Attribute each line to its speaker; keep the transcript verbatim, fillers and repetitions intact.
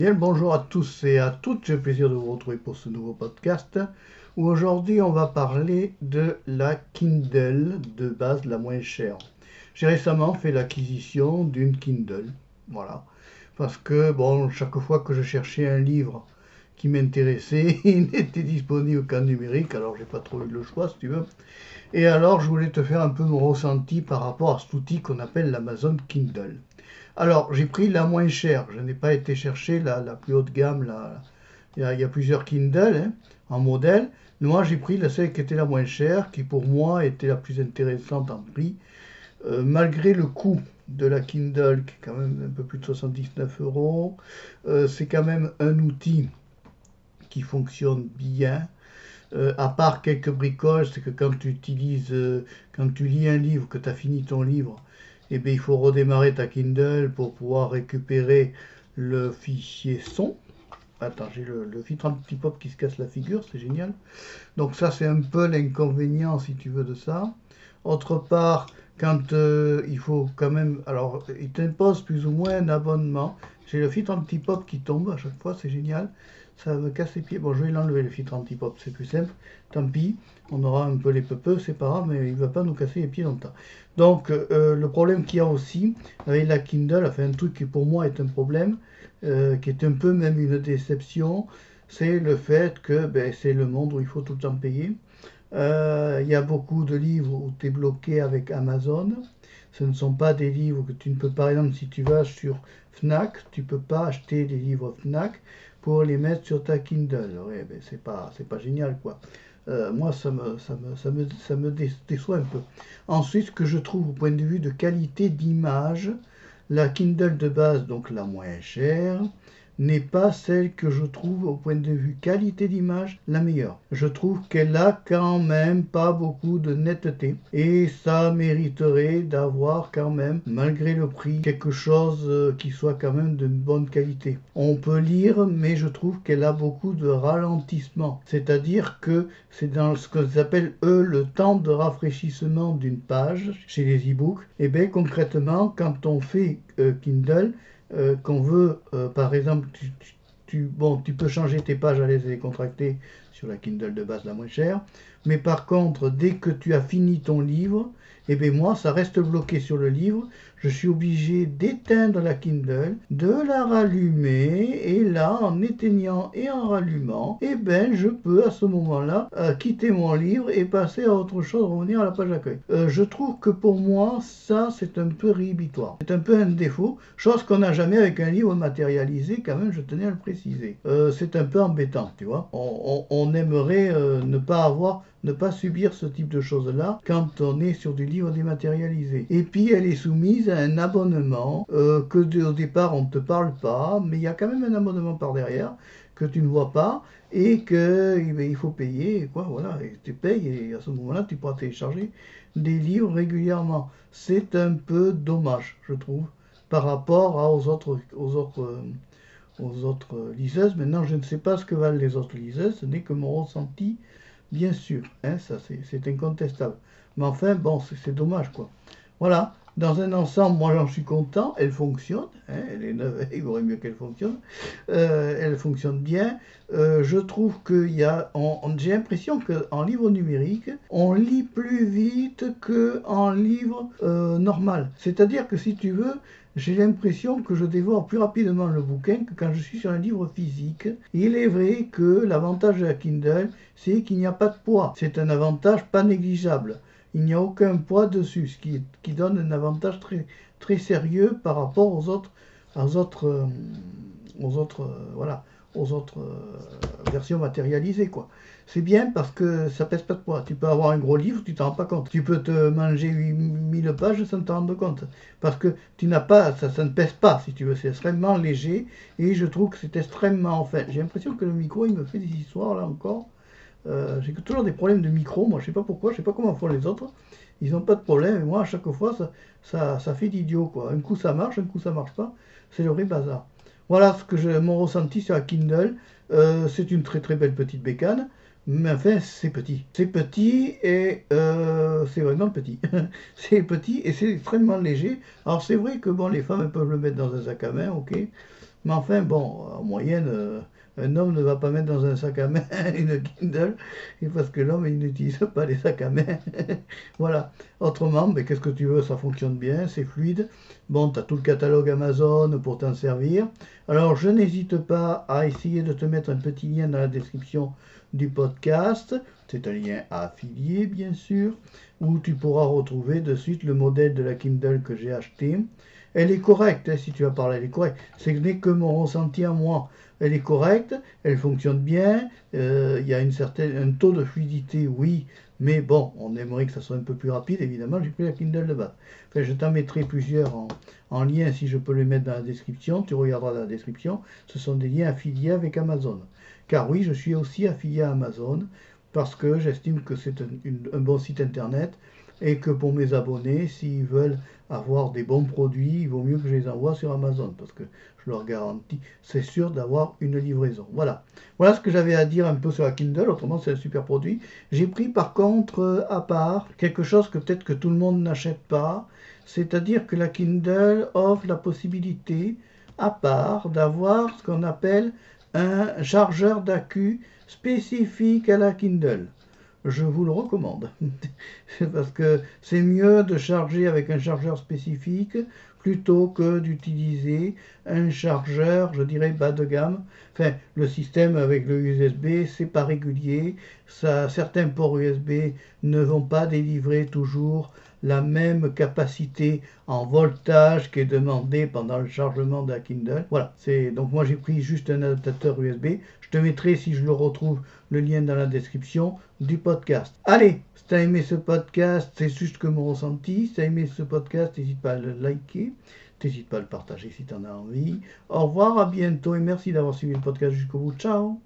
Speaker 1: Bien le bonjour à tous et à toutes, j'ai le plaisir de vous retrouver pour ce nouveau podcast où aujourd'hui on va parler de la Kindle de base la moins chère. J'ai récemment fait l'acquisition d'une Kindle, voilà, parce que bon, chaque fois que je cherchais un livre qui m'intéressait, il n'était disponible qu'en numérique, alors j'ai pas trop eu le choix si tu veux. Et alors je voulais te faire un peu mon ressenti par rapport à cet outil qu'on appelle l'Amazon Kindle. Alors, j'ai pris la moins chère. Je n'ai pas été chercher la, la plus haute gamme. La- Il y a, il y a plusieurs Kindle hein, en modèle. Moi, j'ai pris la celle qui était la moins chère, qui pour moi était la plus intéressante en prix, Euh, malgré le coût de la Kindle, qui est quand même un peu plus de soixante-dix-neuf euros. Euh, c'est quand même un outil qui fonctionne bien. Euh, à part quelques bricoles, c'est que quand tu utilises, euh, quand tu lis un livre, que tu as fini ton livre, eh bien, il faut redémarrer ta Kindle pour pouvoir récupérer le fichier son. Attends, j'ai le, le filtre anti-pop qui se casse la figure, c'est génial. Donc ça, c'est un peu l'inconvénient, si tu veux, de ça. Autre part, quand euh, il faut quand même... Alors, il t'impose plus ou moins un abonnement. J'ai le filtre anti-pop qui tombe à chaque fois, c'est génial. Ça me casse les pieds. Bon, je vais l'enlever, le filtre anti-pop, c'est plus simple. Tant pis, on aura un peu les peupeux, c'est pas grave, mais il ne va pas nous casser les pieds longtemps. Donc, euh, le problème qu'il y a aussi avec la Kindle, enfin un truc qui pour moi est un problème, euh, qui est un peu même une déception, c'est le fait que ben, c'est le monde où il faut tout le temps payer. Euh, Il y a beaucoup de livres où tu es bloqué avec Amazon. Ce ne sont pas des livres que tu ne peux pas, par exemple, si tu vas sur Fnac, tu ne peux pas acheter des livres Fnac pour les mettre sur ta Kindle. Ouais, ben c'est pas, c'est pas génial, quoi. Euh, moi, ça me, ça me, ça me, ça me déçoit un peu. Ensuite, ce que je trouve au point de vue de qualité d'image, la Kindle de base, donc la moins chère, n'est pas celle que je trouve au point de vue qualité d'image la meilleure. Je trouve qu'elle a quand même pas beaucoup de netteté et ça mériterait d'avoir quand même, malgré le prix, quelque chose euh, qui soit quand même de bonne qualité. On peut lire, mais je trouve qu'elle a beaucoup de ralentissement. C'est-à-dire que c'est dans ce que s'appelle, eux, le temps de rafraîchissement d'une page chez les e-books. Et bien concrètement, quand on fait euh, Kindle, euh, qu'on veut, euh, par exemple, tu, tu, tu, bon, tu peux changer tes pages à l'aise et décontractées sur la Kindle de base la moins chère, mais par contre, dès que tu as fini ton livre, eh bien moi, ça reste bloqué sur le livre. Je suis obligé d'éteindre la Kindle, de la rallumer, et là, en éteignant et en rallumant, eh ben, je peux à ce moment-là euh, quitter mon livre et passer à autre chose, revenir à la page d'accueil. Euh, je trouve que pour moi, ça, c'est un peu réhibitoire. C'est un peu un défaut, chose qu'on n'a jamais avec un livre matérialisé, quand même, je tenais à le préciser. Euh, c'est un peu embêtant, tu vois. On, on, on aimerait euh, ne pas avoir ne pas subir ce type de choses-là quand on est sur du livre dématérialisé. Et puis elle est soumise à un abonnement euh, que de, au départ on ne te parle pas, mais il y a quand même un abonnement par derrière que tu ne vois pas et que eh bien, il faut payer, et quoi, voilà, et tu payes et à ce moment-là tu pourras télécharger des livres régulièrement. C'est un peu dommage, je trouve, par rapport à, aux autres, aux autres euh, aux autres liseuses. Maintenant, je ne sais pas ce que valent les autres liseuses, ce n'est que mon ressenti, bien sûr, hein, ça c'est incontestable. Mais enfin, bon, c'est dommage, quoi. Voilà, dans un ensemble, moi j'en suis content, elle fonctionne, hein, elle est neuve, il vaudrait mieux qu'elle fonctionne, euh, elle fonctionne bien. Euh, je trouve qu'il y a, on, on, j'ai l'impression qu'en livre numérique, on lit plus vite qu'en livre euh, normal. C'est-à-dire que si tu veux, j'ai l'impression que je dévore plus rapidement le bouquin que quand je suis sur un livre physique. Il est vrai que l'avantage de la Kindle, c'est qu'il n'y a pas de poids. C'est un avantage pas négligeable. Il n'y a aucun poids dessus, ce qui, qui donne un avantage très, très sérieux par rapport aux autres, aux autres, euh, aux autres, euh, voilà, aux autres euh, versions matérialisées, quoi. C'est bien parce que ça pèse pas de poids. Tu peux avoir un gros livre, tu t'en rends pas compte. Tu peux te manger huit mille pages sans t'en rendre compte. Parce que tu n'as pas, ça, ça ne pèse pas, si tu veux. C'est extrêmement léger et je trouve que c'est extrêmement fin. J'ai l'impression que le micro, il me fait des histoires là encore. Euh, j'ai toujours des problèmes de micro, moi je sais pas pourquoi, je sais pas comment font les autres. Ils n'ont pas de problème, et moi à chaque fois ça, ça, ça fait d'idiot quoi. Un coup ça marche, un coup ça marche pas. C'est le vrai bazar. Voilà ce que je, mon ressenti sur la Kindle. Euh, c'est une très très belle petite bécane. Mais enfin, c'est petit. C'est petit et euh, c'est vraiment petit. C'est petit et c'est extrêmement léger. Alors c'est vrai que bon, les femmes elles peuvent le mettre dans un sac à main, ok. Mais enfin, bon, en moyenne, euh, un homme ne va pas mettre dans un sac à main une Kindle, et parce que l'homme, il n'utilise pas les sacs à main. Voilà. Autrement, ben, qu'est-ce que tu veux, ça fonctionne bien, c'est fluide. Bon, tu as tout le catalogue Amazon pour t'en servir. Alors, je n'hésite pas à essayer de te mettre un petit lien dans la description du podcast. C'est un lien affilié, bien sûr, où tu pourras retrouver de suite le modèle de la Kindle que j'ai acheté. Elle est correcte, hein, si tu vas parler, elle est correcte. Ce n'est que mon ressenti à moi. Elle est correcte, elle fonctionne bien, euh, il y a une certaine, un taux de fluidité, oui, mais bon, on aimerait que ça soit un peu plus rapide, évidemment, j'ai pris la Kindle de base. Enfin, je t'en mettrai plusieurs en, en lien si je peux les mettre dans la description, tu regarderas dans la description, ce sont des liens affiliés avec Amazon. Car oui, je suis aussi affilié à Amazon, parce que j'estime que c'est un, une, un bon site internet, et que pour mes abonnés, s'ils veulent avoir des bons produits, il vaut mieux que je les envoie sur Amazon, parce que je leur garantis, c'est sûr d'avoir une livraison. Voilà. Voilà ce que j'avais à dire un peu sur la Kindle, autrement c'est un super produit. J'ai pris par contre à part quelque chose que peut-être que tout le monde n'achète pas, c'est-à-dire que la Kindle offre la possibilité à part d'avoir ce qu'on appelle un chargeur d'accu spécifique à la Kindle. Je vous le recommande. Parce que c'est mieux de charger avec un chargeur spécifique plutôt que d'utiliser un chargeur, je dirais, bas de gamme. Enfin, le système avec le U S B, c'est pas régulier. Ça, certains ports U S B ne vont pas délivrer toujours la même capacité en voltage qui est demandée pendant le chargement de la Kindle. Voilà, c'est donc moi j'ai pris juste un adaptateur U S B. Je te mettrai, si je le retrouve, le lien dans la description du podcast. Allez, si tu as aimé ce podcast, c'est juste que mon ressenti. Si tu as aimé ce podcast, n'hésite pas à le liker. N'hésite pas à le partager si tu en as envie. Au revoir, à bientôt et merci d'avoir suivi le podcast jusqu'au bout. Ciao!